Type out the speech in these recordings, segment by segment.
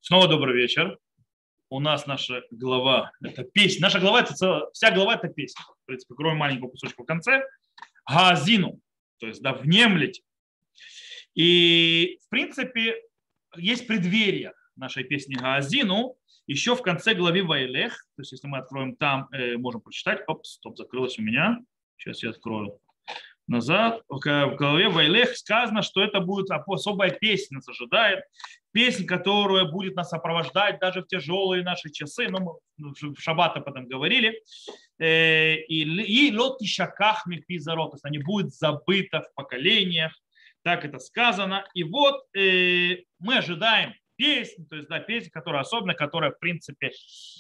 Снова добрый вечер. У нас наша глава– это песня. Наша глава– это вся глава– это песня. В принципе, кроме маленького кусочка в конце. Гаазину, то есть, да, внемлите. И, в принципе, есть преддверие нашей песни Гаазину еще в конце главы Ваилех. То есть, если мы откроем там, можем прочитать. Оп, стоп, закрылось у меня. Сейчас я открою назад. В главе Ваилех сказано, что это будет особая песня, нас ожидает. Песня, которая будет нас сопровождать даже в тяжелые наши часы. Ну, мы в шаббат об этом говорили. И лот ишаках мипизарот. То есть она не будет забыта в поколениях. Так это сказано. И вот мы ожидаем песнь, то есть да, песня, которая особенная, которая в принципе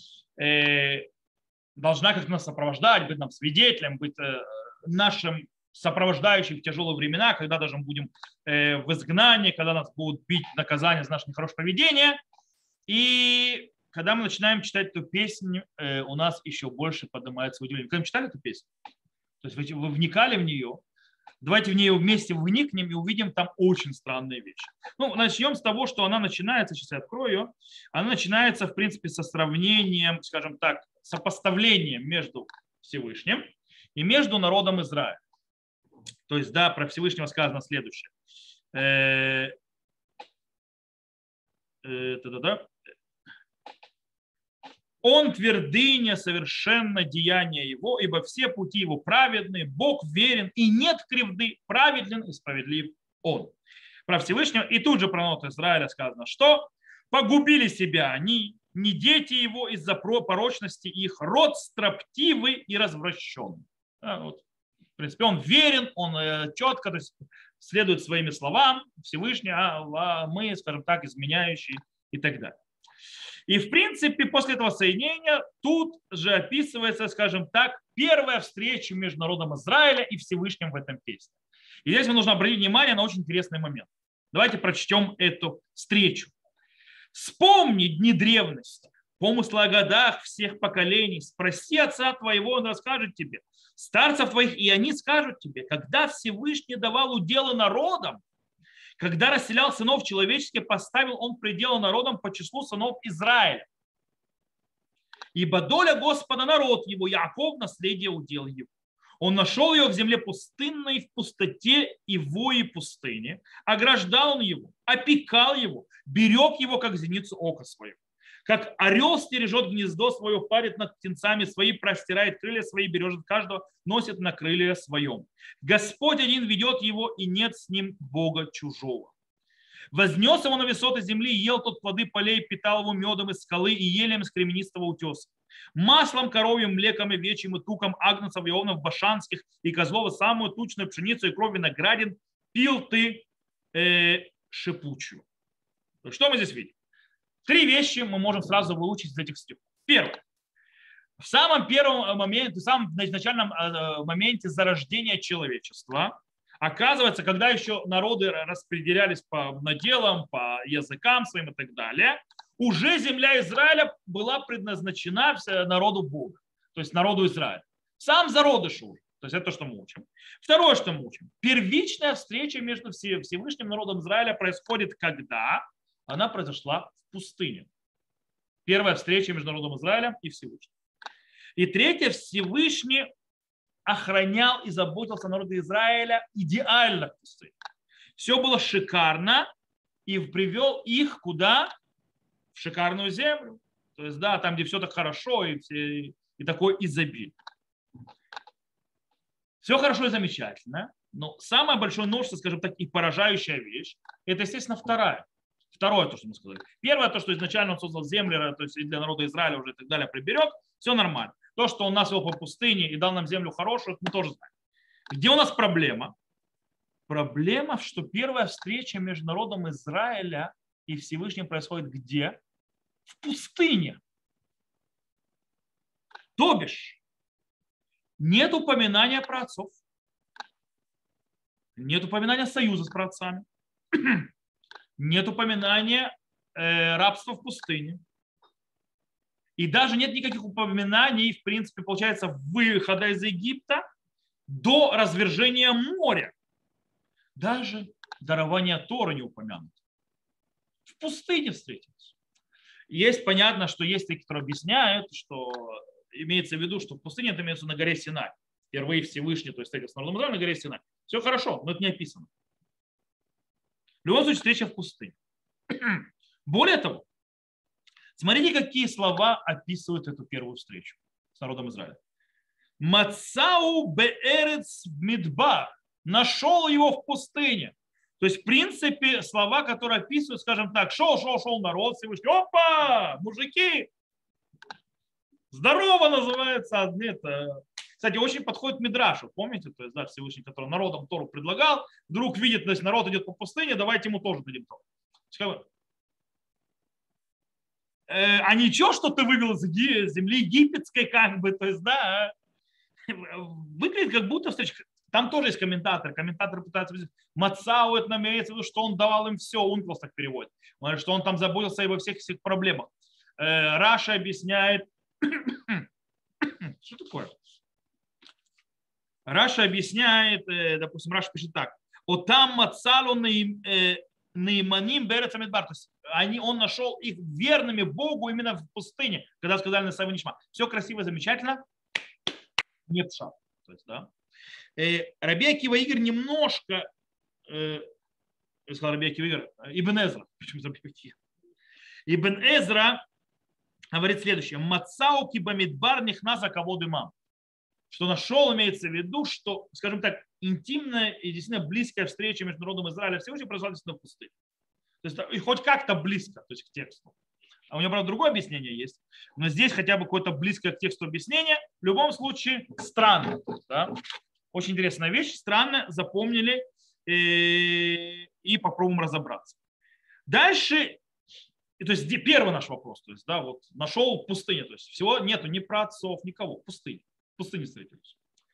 должна как-то нас сопровождать, быть нам свидетелем, быть нашим сопровождающим в тяжелые времена, когда даже мы будем в изгнании, когда нас будут бить наказание за наше нехорошее поведение. И когда мы начинаем читать эту песню, у нас еще больше поднимается удивление. Когда мы читали эту песню, то есть вы вникали в нее, давайте в нее вместе вникнем и увидим там очень странные вещи. Ну, начнем с того, что она начинается, сейчас я открою ее, она начинается, в принципе, со сравнением, скажем так, сопоставлением между Всевышним и между народом Израиля. То есть, да, про Всевышнего сказано следующее. Он твердыня, совершенно деяние его, ибо все пути его праведны, Бог верен, и нет кривды, праведен и справедлив он. Про Всевышнего. И тут же про народ Израиля сказано, что погубили себя они, не дети его из-за порочности их, род строптивый и развращенный. Вот. В принципе, он верен, он четко, то есть следует своими словам Всевышний, а мы, скажем так, изменяющие и так далее. И, в принципе, после этого соединения тут же описывается, скажем так, первая встреча между народом Израиля и Всевышним в этом песне. И здесь мне нужно обратить внимание на очень интересный момент. Давайте прочтем эту встречу. «Вспомни дни древности, помыслы о годах всех поколений, спроси отца твоего, он расскажет тебе, старцев твоих, и они скажут тебе, когда Всевышний давал уделы народам, когда расселял сынов человеческих, поставил он пределы народам по числу сынов Израиля. Ибо доля Господа народ его, Яаков наследие удел его. Он нашел его в земле пустынной, в пустоте и вое пустыни, ограждал он его, опекал его, берег его, как зеницу ока своего. Как орел стережет гнездо свое, парит над птенцами свои, простирает крылья свои, бережет каждого, носит на крылья своем. Господь один ведет его, и нет с ним Бога чужого. Вознес его на высоты земли, ел тот плоды полей, питал его медом из скалы и елем из кременистого утеса. Маслом коровьим, млеком овечьим и туком агнцев и овнов башанских и козлов, самую тучную пшеницу и кровь виноградин пил ты шипучую. Что мы здесь видим? Три вещи мы можем сразу выучить из этих стихов. Первое. В самом первом моменте, в самом начальном моменте зарождения человечества, оказывается, когда еще народы распределялись по наделам, по языкам своим и так далее, уже земля Израиля была предназначена народу Бога, то есть народу Израиля. Сам зародыш уже. То есть это то, что мы учим. Второе, что мы учим. Первичная встреча между Всевышним народом Израиля происходит когда? Она произошла в пустыне. Первая встреча между народом Израиля и Всевышним. И третье, Всевышний охранял и заботился о народе Израиля идеально в пустыне. Все было шикарно и привел их куда? В шикарную землю. То есть, да, там, где все так хорошо и такое изобилие. Все хорошо и замечательно, но самое большое множество, скажем так, и поражающая вещь, это, естественно, второе, то, что мы сказали. Первое, то, что изначально он создал землю, то есть и для народа Израиля уже и так далее приберег, все нормально. То, что он нас вел по пустыне и дал нам землю хорошую, мы тоже знаем. Где у нас проблема? Проблема, что первая встреча между народом Израиля и Всевышним происходит где? В пустыне. То бишь, нет упоминания про отцов, нет упоминания союза с праотцами, нет упоминания рабства в пустыне. И даже нет никаких упоминаний, в принципе, получается, выхода из Египта до развержения моря. Даже дарование Торы не упомянуто. В пустыне встретились. Есть понятно, что есть те, которые объясняют, что имеется в виду, что в пустыне это имеется на горе Синай. Впервые Всевышний, то есть встретился с народом Израиля на горе Синай. Все хорошо, но это не описано. В любом случае, встреча в пустыне. Более того, смотрите, какие слова описывают эту первую встречу с народом Израиля. Мацау беэрец мидбар. Нашел его в пустыне. То есть, в принципе, слова, которые описывают, скажем так, шел народ Всевышний. Опа, мужики, здорово называется. Это, кстати, очень подходит Мидрашу. Помните, то есть, да, Всевышний, который народом Тору предлагал, вдруг видит, то есть, народ идет по пустыне, давайте ему тоже дадим Тору. А ничего, что ты вывел из земли египетской, как бы, то есть, да, выглядит как будто встреча. Там тоже есть комментаторы. Комментаторы пытаются объяснить. Мацау, это имеется в виду, что он давал им все. Унклос так переводит. Что он там заботился обо всех проблемах. Раша объясняет. Что такое? Раша объясняет, допустим, Раша пишет так. Отам мацалу наиманим берец амидбар. То есть он нашел их верными Богу именно в пустыне, когда сказали на Савы Нишма. Все красиво, замечательно. Нет шаг. То есть, да. Раби Акива Игорь немножко, я сказал Раби Акива Игорь, Ибн Эзра, почему Раби Акива? Ибн Эзра говорит следующее: Мацау кибамидбар нихназа кавод имам. Что нашел, имеется в виду, что, скажем так, интимная и действительно близкая встреча между народом Израиля и Всевышним произошла действительно в пустыне. То есть и хоть как-то близко, то есть к тексту. А у меня, правда, другое объяснение есть, но здесь хотя бы какое-то близкое к тексту объяснение. В любом случае, странно. Да? Очень интересная вещь, странно, запомнили и попробуем разобраться. Дальше, то есть первый наш вопрос, то есть, да, вот нашел в пустыне, то есть всего нету ни праотцов, никого, в пустыне встретились.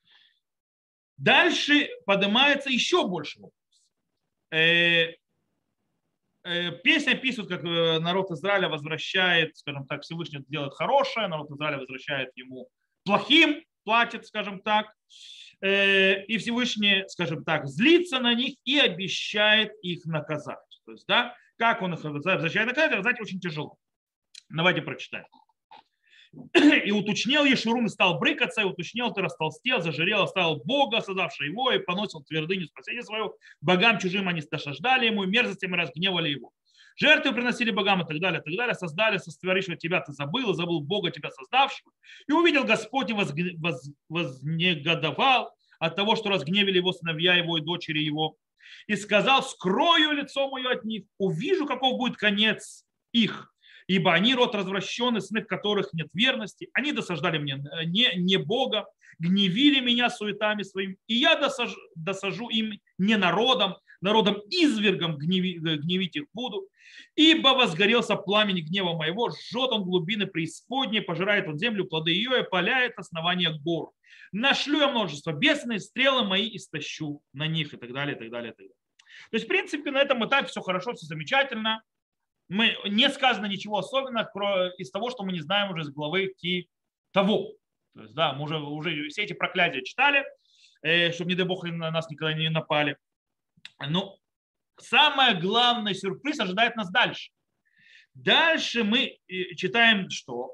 Дальше поднимается еще больше вопрос. Песня описывает, как народ Израиля возвращает, скажем так, Всевышний делает хорошее, народ Израиля возвращает ему плохим, платит, скажем так. И Всевышний, скажем так, злится на них и обещает их наказать. То есть, да, как он их обещает наказать, очень тяжело. Давайте прочитаем. И уточнил Ешурун, и стал брыкаться, и уточнил, ты растолстел, зажирел, оставил Бога, создавшего его, и поносил твердыню спасения свою. Богам чужим они досаждали ему, и мерзостям и разгневали его. Жертвы приносили богам и так далее, создали, состворившего тебя ты забыл, и забыл Бога, тебя создавшего. И увидел Господь и вознегодовал от того, что разгневили его сыновья его и дочери его. И сказал: скрою лицо мое от них, увижу, каков будет конец их. Ибо они род развращенный, сны в которых нет верности. Они досаждали мне не Бога, гневили меня суетами своим. И я досажу им не народом извергом гневить их буду. Ибо возгорелся пламень гнева моего, жжет он глубины преисподней, пожирает он землю, плоды ее, и паляет основания гор. Нашлю я множество бесные, стрелы мои истощу на них, и так далее, и так далее, и так далее. То есть, в принципе, на этом этапе все хорошо, все замечательно. Не сказано ничего особенного из того, что мы не знаем уже из главы того. То есть, да, мы уже все эти проклятия читали, чтобы, не дай бог, на нас никогда не напали. Но самый главный сюрприз ожидает нас дальше. Дальше мы читаем, что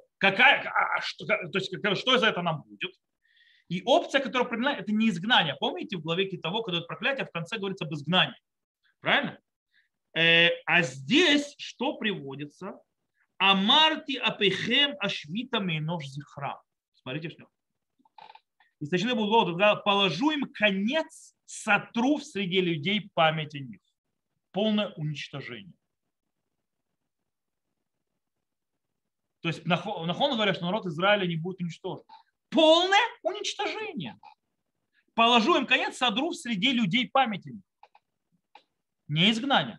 за это нам будет. И опция, которая определена, это не изгнание. Помните, в главе того, когда это проклятие, в конце говорится об изгнании. Правильно? А здесь что приводится? Амарти апехем ашвита мейнош зихра. Смотрите, что. И сочинили будут, положу им конец, сотру в среде людей память о них. Полное уничтожение. То есть Нахон говорят, что народ Израиля не будет уничтожен. Полное уничтожение. Положу им конец, сотру в среде людей память о них. Не изгнание.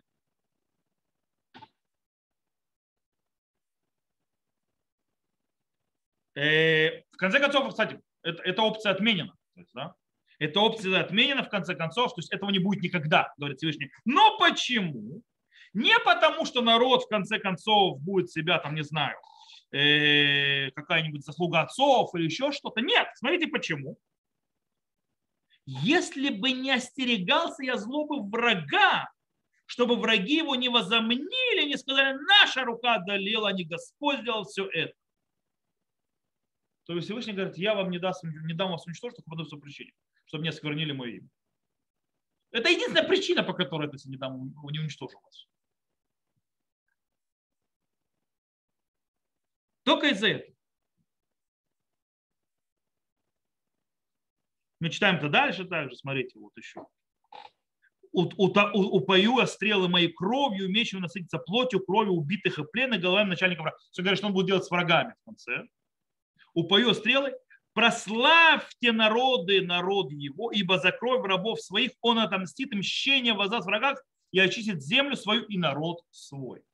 В конце концов, кстати, эта опция отменена. То есть, да? Эта опция отменена в конце концов, то есть этого не будет никогда, говорит Всевышний. Но почему? Не потому, что народ в конце концов будет себя, там, не знаю, какая-нибудь заслуга отцов или еще что-то. Нет, смотрите почему. Если бы не остерегался я злобы врага, чтобы враги его не возомнили, не сказали, наша рука одолела, а не Господь сделал все это. То есть Всевышний говорит, я вам не дам вас уничтожить, только по одной причине, чтобы не осквернили мое имя. Это единственная причина, по которой я не уничтожу вас. Только из-за этого. Мы читаем это дальше также, смотрите, вот еще. Упою я стрелы моей кровью, мечем насытиться плотью, кровью убитых и пленных, головами начальников врага. Все говорит, что он будет делать с врагами в конце. Упою стрелы, прославьте народы, народ его, ибо за кровь рабов своих он отомстит и мщение воздаст врагах и очистит землю свою и народ свой.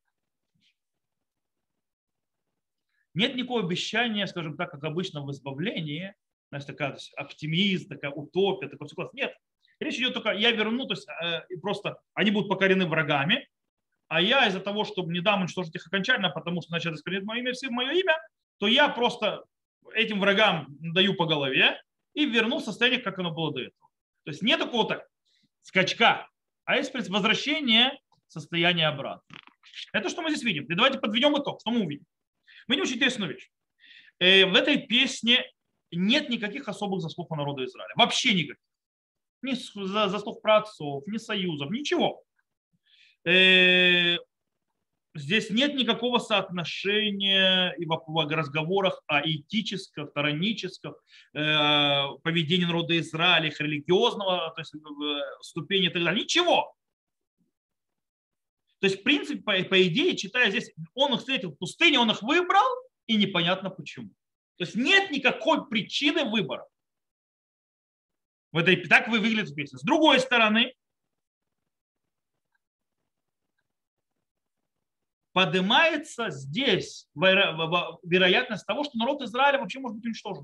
Нет никакого обещания, скажем так, как обычно в избавлении, знаешь, такая оптимизм, такая утопия, такой все класс. Нет. Речь идет только, я верну, то есть просто они будут покорены врагами, а я из-за того, чтобы не дам уничтожить их окончательно, потому что начать осквернять мое имя, то я просто этим врагам даю по голове и верну в состояние, как оно было до этого. То есть нет такого-то скачка, а есть возвращение состояния обратно. Это что мы здесь видим. И давайте подведем итог. Что мы увидим? Мы видим очень интересную вещь. В этой песне нет никаких особых заслуг у народа Израиля. Вообще никаких. Ни заслуг праотцов, ни союзов, ничего. Здесь нет никакого соотношения и в разговорах о этическом, стороническом поведении народа Израиля, их религиозного, то есть ступени и так далее. Ничего. То есть, в принципе, по идее, читая здесь, он их встретил в пустыне, он их выбрал, и непонятно почему. То есть нет никакой причины выбора. Так выглядит песня. С другой стороны, поднимается здесь вероятность того, что народ Израиля вообще может быть уничтожен.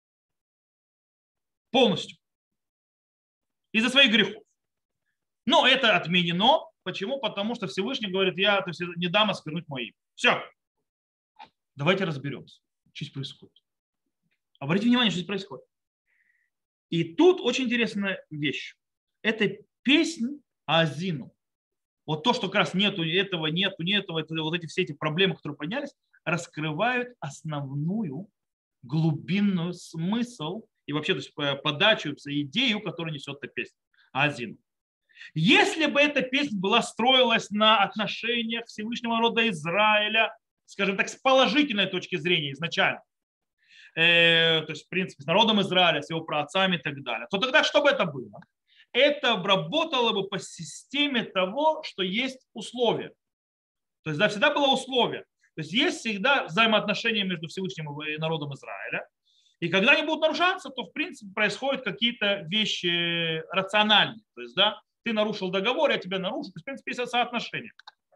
Полностью. Из-за своих грехов. Но это отменено. Почему? Потому что Всевышний говорит, я не дам осквернуть мое имя. Все. Давайте разберемся, что здесь происходит. Обратите внимание, что здесь происходит. И тут очень интересная вещь. Это песнь Азину. Вот то, что как раз нету этого, вот эти все эти проблемы, которые поднялись, раскрывают основную глубинную смысл и вообще то есть, подачу, идею, которую несет эта песня Азину. Если бы эта песня строилась на отношениях Всевышнего народа Израиля, скажем так, с положительной точки зрения изначально, то есть, в принципе, с народом Израиля, с его праотцами и так далее, то тогда что бы это было? Это работало бы по системе того, что есть условия. То есть, да, всегда было условие. То есть, есть всегда взаимоотношения между Всевышним и народом Израиля. И когда они будут нарушаться, то, в принципе, происходят какие-то вещи рациональные. То есть, да, ты нарушил договор, я тебя нарушу. То есть, в принципе, есть соотношение.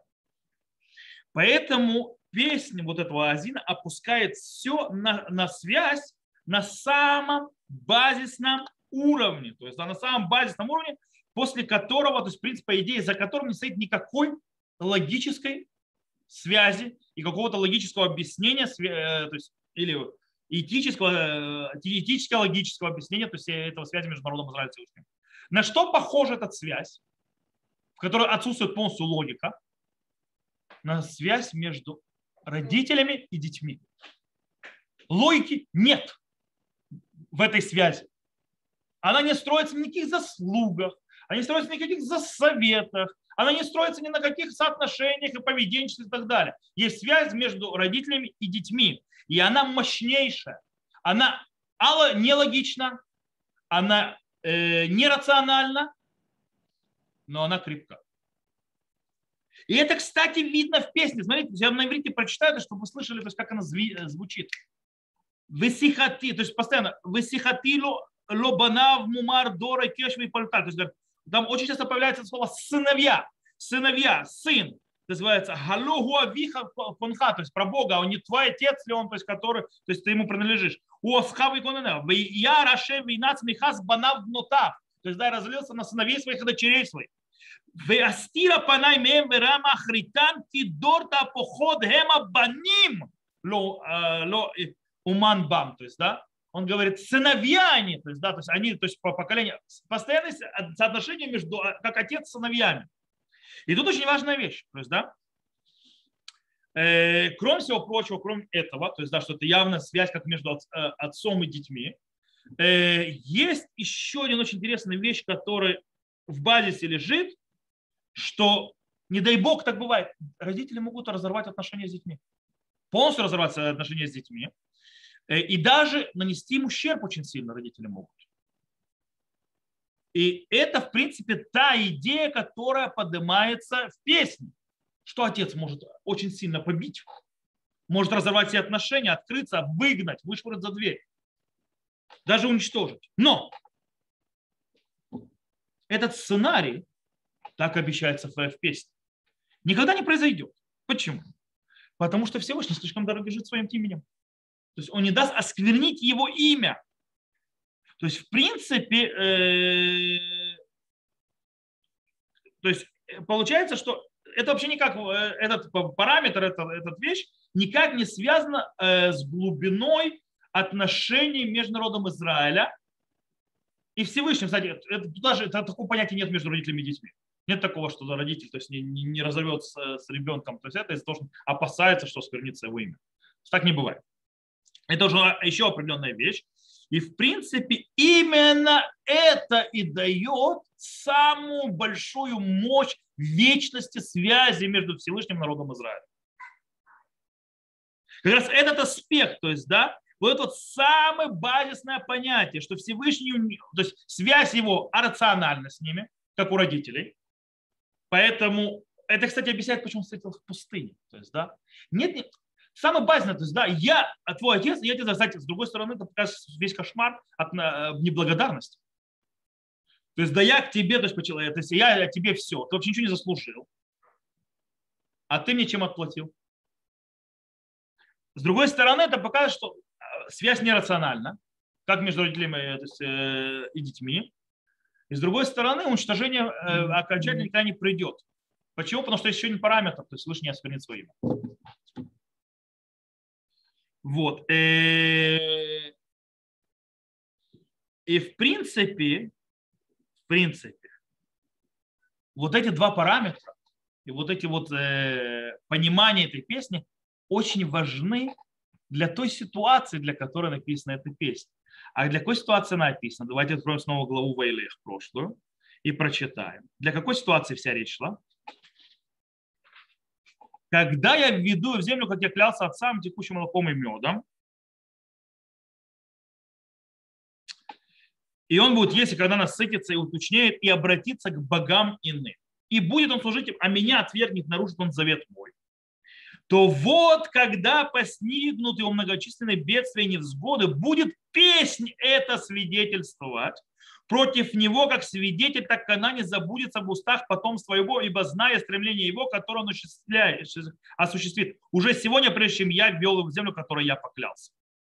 Поэтому песня вот этого Азина опускает все на связь на самом базисном уровне. То есть на самом базисном уровне, после которого, то есть, в принципе, по идее, за которым не стоит никакой логической связи и какого-то логического объяснения, то есть, или этическо-логического объяснения, то есть этого связи между народом Израиля и Всевышним. На что похожа эта связь, в которой отсутствует полностью логика? На связь между родителями и детьми. Логики нет в этой связи. Она не строится на никаких заслугах, она не строится на никаких советах, она не строится ни на каких соотношениях и поведенчестве и так далее. Есть связь между родителями и детьми, и она мощнейшая. Она нелогична, она нерациональна, но она крепка. И это, кстати, видно в песне. Смотрите, я на иврите прочитаю, чтобы вы слышали, то есть, как она звучит. Весихати, то есть постоянно. Весихатило лобанав мумар дора кешви пальта. То есть там очень часто появляется слово сыновья, сын. Называется галогу авиха конха, то есть про Бога, он не твой отец ли он, то есть который, то есть ты ему принадлежишь. У осхавы конена. Я рашев вейнац михас банав нотав. То есть да, разлился на сыновей своих и дочерей своих. Веастира панай мем верама хритан кидорта поход хема баним ло уман бам. То есть да, он говорит сыновья они, то есть да, то есть они, то есть по поколению постоянное соотношение между как отец с сыновьями. И тут очень важная вещь. То есть, да, кроме всего прочего, кроме этого, то есть, да, что это явная связь как между отцом и детьми, есть еще один очень интересная вещь, которая в базисе лежит, что, не дай бог, так бывает, родители могут разорвать отношения с детьми, полностью разорвать отношения с детьми, и даже нанести им ущерб очень сильно родители могут. И это, в принципе, та идея, которая поднимается в песне, что отец может очень сильно побить, может разорвать все отношения, открыться, выгнать, вышвырнуть за дверь, даже уничтожить. Но этот сценарий, так обещается в песне, никогда не произойдет. Почему? Потому что Всевышний слишком дорожит своим именем. То есть он не даст осквернить его имя. То есть, в принципе, то есть получается, что это вообще никак, этот параметр, эта вещь никак не связана с глубиной отношений между народом Израиля и Всевышним. Кстати, даже такого понятия нет между родителями и детьми. Нет такого, что родитель то есть, не разорвет с ребенком. То есть это из-за того, что он опасается, что осквернится его имя. Так не бывает. Это уже еще определенная вещь. И в принципе именно это и дает самую большую мощь вечности связи между Всевышним и народом Израиля. Как раз этот аспект, то есть, да, вот это вот самое базисное понятие, что Всевышний, то есть связь его рациональна с ними, как у родителей. Поэтому это, кстати, объясняет, почему он встретил в пустыне. То есть, да, нет, самое базисное, то есть, да, я твой отец, я тебе, кстати, с другой стороны, это покажет весь кошмар от неблагодарности. То есть, да я к тебе, то есть я тебе все, ты вообще ничего не заслужил, а ты мне чем отплатил? С другой стороны, это показывает, что связь нерациональна, как между родителями то есть, и детьми. И с другой стороны, уничтожение окончательно никогда не придет. Почему? Потому что есть еще один параметр, то есть Всевышний не осквернит свое имя. Вот. И в принципе, вот эти два параметра и вот эти вот понимания этой песни очень важны для той ситуации, для которой написана эта песня. А для какой ситуации она написана? Давайте откроем снова главу Ваилех прошлую и прочитаем. Для какой ситуации вся речь шла? Когда я введу в землю, как я клялся отцам, текущим молоком и медом, и он будет есть, и когда насытится и уточнеет, и обратится к богам иным. И будет он служить им, а меня отвергнет, нарушит он завет мой. То вот, когда постигнут его многочисленные бедствия и невзгоды, будет песнь это свидетельствовать против него, как свидетель, так она не забудется в устах потомства его, ибо зная стремление его, которое он осуществит. Уже сегодня, прежде чем я ввел его в землю, которой я поклялся.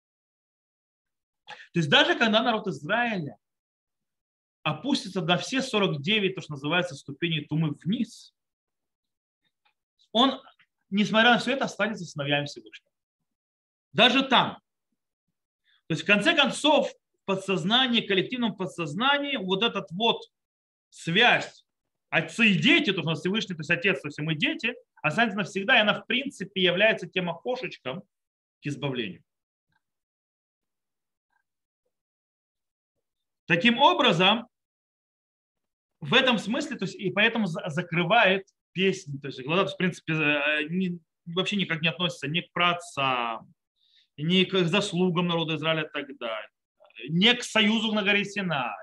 То есть даже когда народ Израиля опустится до все 49, то, что называется, ступеней Тумы вниз, он, несмотря на все это, останется сыновьями Всевышнего. Даже там. То есть, в конце концов, в подсознании, коллективном подсознании, вот этот вот связь отцы и дети, то есть Всевышний, то есть отец, то есть мы дети, останется навсегда, и она, в принципе, является тем окошечком к избавлению. Таким образом, в этом смысле, то есть, и поэтому закрывает песни, то есть глаза, то есть, в принципе, вообще никак не относятся ни к праотцам, ни к заслугам народа Израиля и так далее, ни к союзу на горе Синай.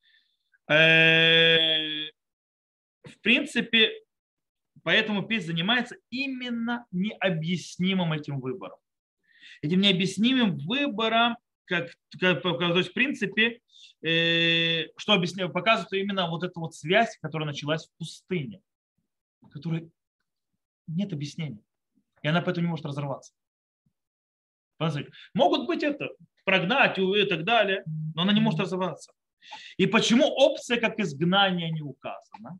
В принципе, поэтому песня занимается именно необъяснимым этим выбором. Этим необъяснимым выбором, то есть, в принципе, что объясняю, показывает именно вот эту вот связь, которая началась в пустыне, которой нет объяснения. И она поэтому не может разорваться. Могут быть это, прогнать и так далее, но она не может разорваться. И почему опция как изгнание не указана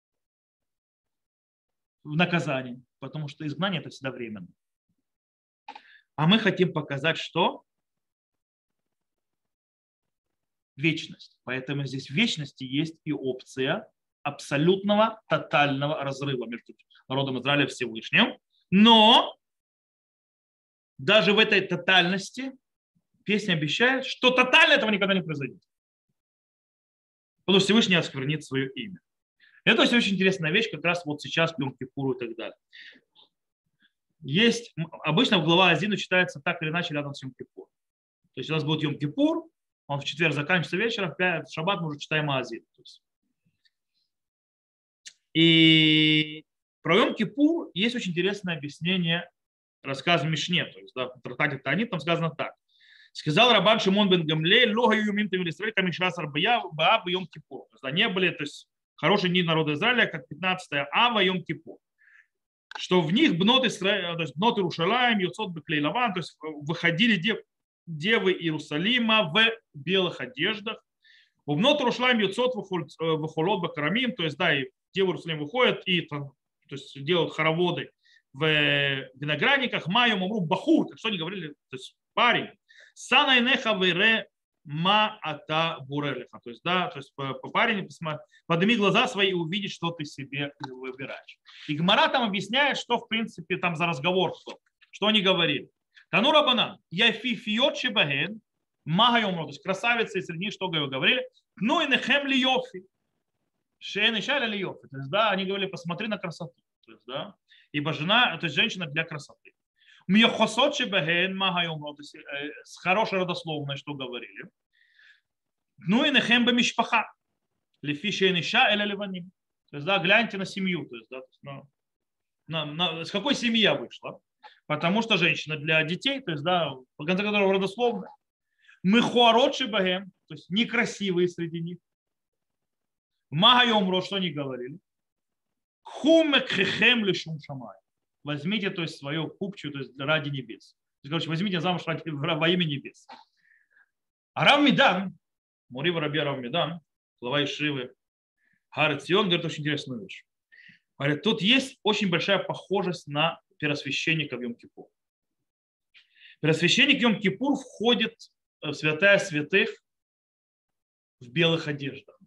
в наказании? Потому что изгнание это всегда временно. А мы хотим показать, что? Вечность. Поэтому здесь в вечности есть и опция абсолютного, тотального разрыва между народом Израиля и Всевышним. Но даже в этой тотальности песня обещает, что тотально этого никогда не произойдет. Потому что Всевышний осквернит свое имя. Это очень интересная вещь, как раз вот сейчас к Йом-Кипуру и так далее. Есть, обычно в глава Азину читается так или иначе рядом с Йом-Кипуром. То есть у нас будет Йом-Кипур, он в четверг заканчивается вечером, в шаббат мы уже читаем Азин. И про Йом-Кипур есть очень интересное объяснение рассказа Мишне. То есть да, в трактате Таанит там сказано так. Сказал Рабан Шимон бен Гамлей, лога юмим тем Исраиль, камишрас арбая бааб Йом-Кипур. То есть не были, то есть хорошие дни народа Израиля, как 15 ава Йом-Кипур. Что в них бнот Иерушалаим, Йоцот беклей лаван, то есть выходили девы Иерусалима в белых одеждах. У бнот Иерушалаим Йоцот вехолот бакарамим, то есть да, и девы Иерусалима выходят и то есть делают хороводы в виноградниках, маю мамру бахур, как что они говорили, то есть парень. Сана инеха вере ма ата бурелеха. То есть, да, то есть парень, подними глаза свои и увидишь, что ты себе выбираешь. И Гмара там объясняет, что в принципе там за разговор, что они говорили. Тану рабанан, яфифиот шебаген, магайом, то есть красавицы среди них, что говорили, ну и нехем ли йофи. Шейн и шаля ли йофи. То есть, да, они говорили, посмотри на красоту. То есть, да, ибо жена, то есть женщина для красоты. С хорошей родословной, что говорили. Ну и нехем бамишпаха. Лефиша и ниша эля ливаним. То есть, да, гляньте на семью. То есть, да, с какой семьи я вышла. Потому что женщина для детей, то есть, да, по конце которого родословная. Мы хуаротши багем, то есть некрасивые среди них. Магайомро, что они говорили. Хумекхехем лишум шамай. Возьмите, то есть, свою купчу, то есть ради небес. То есть, короче, возьмите замуж во имя небес. А Рав Мидан, Мурив Раби Рав Мидан, глава Ишивы, Гаар Цион, говорит очень интересную вещь. Говорит, тут есть очень большая похожесть на первосвященника в Йом-Кипур. Первосвященник Йом-Кипур входит в святая святых в белых одеждах.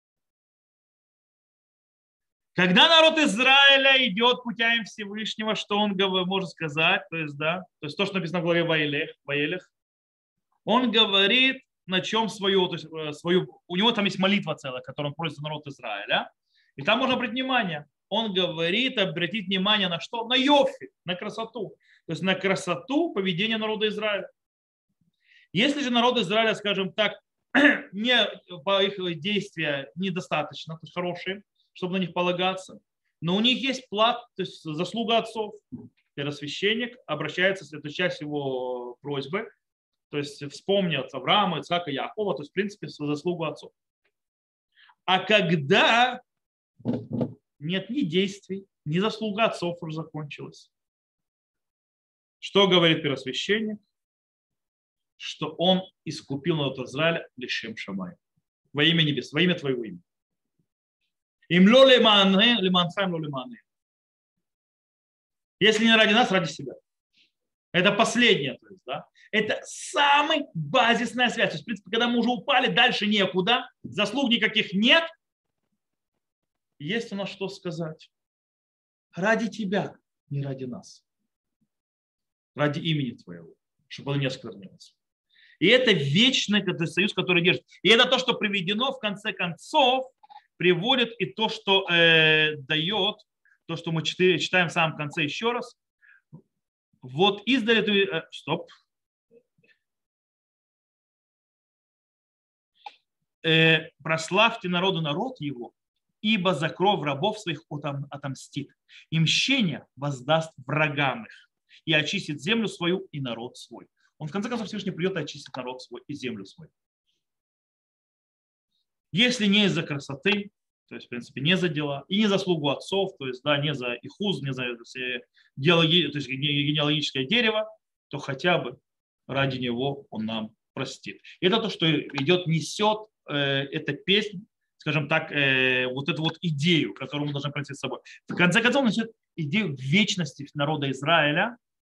Когда народ Израиля идет путями Всевышнего, что он может сказать, то есть, да, то есть то, что написано в главе Ваелех, он говорит, на чем свою, то есть свою, у него там есть молитва целая, которой он просит народ Израиля, и там можно обратить внимание. Он говорит, обратить внимание на что? На йофи, на красоту. То есть на красоту поведения народа Израиля. Если же народ Израиля, скажем так, не, по их действия недостаточно, то есть хорошие, чтобы на них полагаться. Но у них есть плат, то есть заслуга отцов. Первосвященник обращается, это часть его просьбы, то есть вспомнят Авраама, Ицхака, Яакова, то есть в принципе заслугу отцов. А когда нет ни действий, ни заслуга отцов уже закончилась, что говорит первосвященник? Что он искупил народ Израиля лишем шамай. Во имя небес, во имя твоего имени. Им ло лиманхайм ло лиманы. Если не ради нас, ради себя. Это последнее. То есть, да? Это самая базисная связь. То есть, в принципе, когда мы уже упали, дальше некуда, заслуг никаких нет, есть у нас что сказать. Ради тебя, не ради нас. Ради имени твоего, чтобы он не осквернился. И это вечный союз, который держит. И это то, что приведено в конце концов, приводит и то, что дает, то, что мы читаем в самом конце еще раз. Вот издали... Стоп. Прославьте народу народ его, ибо за кровь рабов своих отомстит. И мщение воздаст врагам их, и очистит землю свою и народ свой. Он в конце концов Всевышний придет и очистит народ свой и землю свою. Если не из-за красоты, то есть, в принципе, не за дела, и не за заслугу отцов, то есть, да, не за ихуз, не за генеалогическое дерево, то хотя бы ради него он нам простит. И это то, что идет, несет эта песня, скажем так, вот эту вот идею, которую мы должны пройти с собой. В конце концов, несет идею вечности народа Израиля,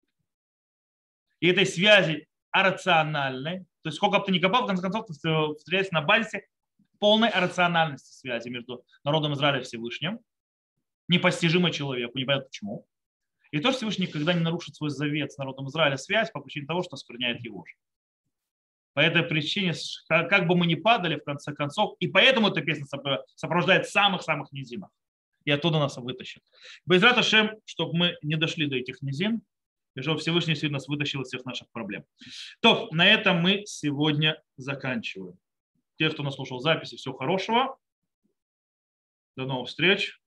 и этой связи рациональной, то есть сколько бы ты ни копал, в конце концов ты встречаешься на базе полной рациональности связи между народом Израиля и Всевышним, непостижимо человеку, непонятно почему. И то, что Всевышний никогда не нарушит свой завет с народом Израиля, связь по причине того, что оскверняет его же. По этой причине, как бы мы ни падали, в конце концов, и поэтому эта песня сопровождает самых-самых низинах. И оттуда нас вытащит. Безрат Ашем, чтобы мы не дошли до этих низин, и чтобы Всевышний сегодня нас вытащил из всех наших проблем. То, на этом мы сегодня заканчиваем. Те, кто нас слушал записи, всего хорошего. До новых встреч.